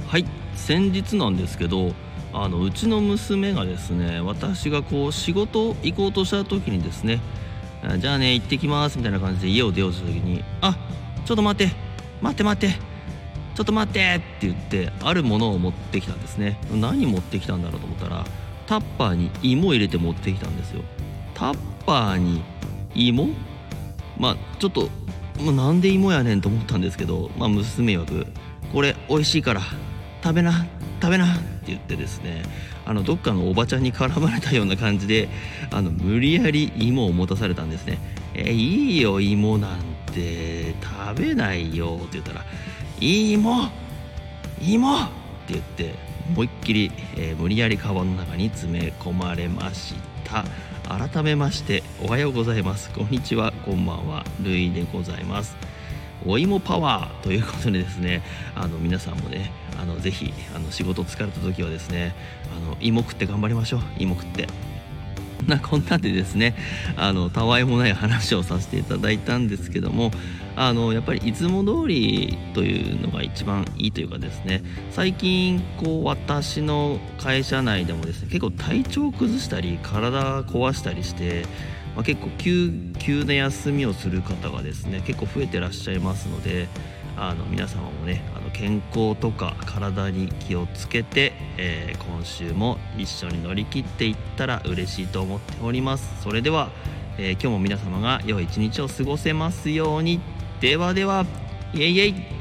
はい、先日なんですけど、うちの娘がですね、私がこう仕事行こうとした時にですね、じゃあね行ってきますみたいな感じで家を出ようとした時に、ちょっと待って待って待って、ちょっと待ってって言ってあるものを持ってきたんですね。何持ってきたんだろうと思ったら、タッパーに芋入れて持ってきたんですよ。タッパーに芋、ちょっとなんで芋やねんと思ったんですけど、娘曰くこれ美味しいから食べな食べなって言ってですね、どっかのおばちゃんに絡まれたような感じで無理やり芋を持たされたんですね。いいよ芋なんて食べないよって言ったら、芋芋って言って思いっきり、無理やりカバンの中に詰め込まれました。改めましておはようございます、こんにちは、こんばんは、るいでございます。お芋パワーということでですね、皆さんもねぜひ仕事疲れた時はですね、芋食って頑張りましょう。芋食ってこんなんでですね、たわいもない話をさせていただいたんですけども、やっぱりいつも通りというのが一番いいというかですね、最近こう私の会社内でもですね、結構体調を崩したり体壊したりして、結構急な休みをする方がですね結構増えてらっしゃいますので、皆様もね健康とか体に気をつけて、今週も一緒に乗り切っていったら嬉しいと思っております。それでは、今日も皆様が良い一日を過ごせますように。ではでは、イエイイエイ。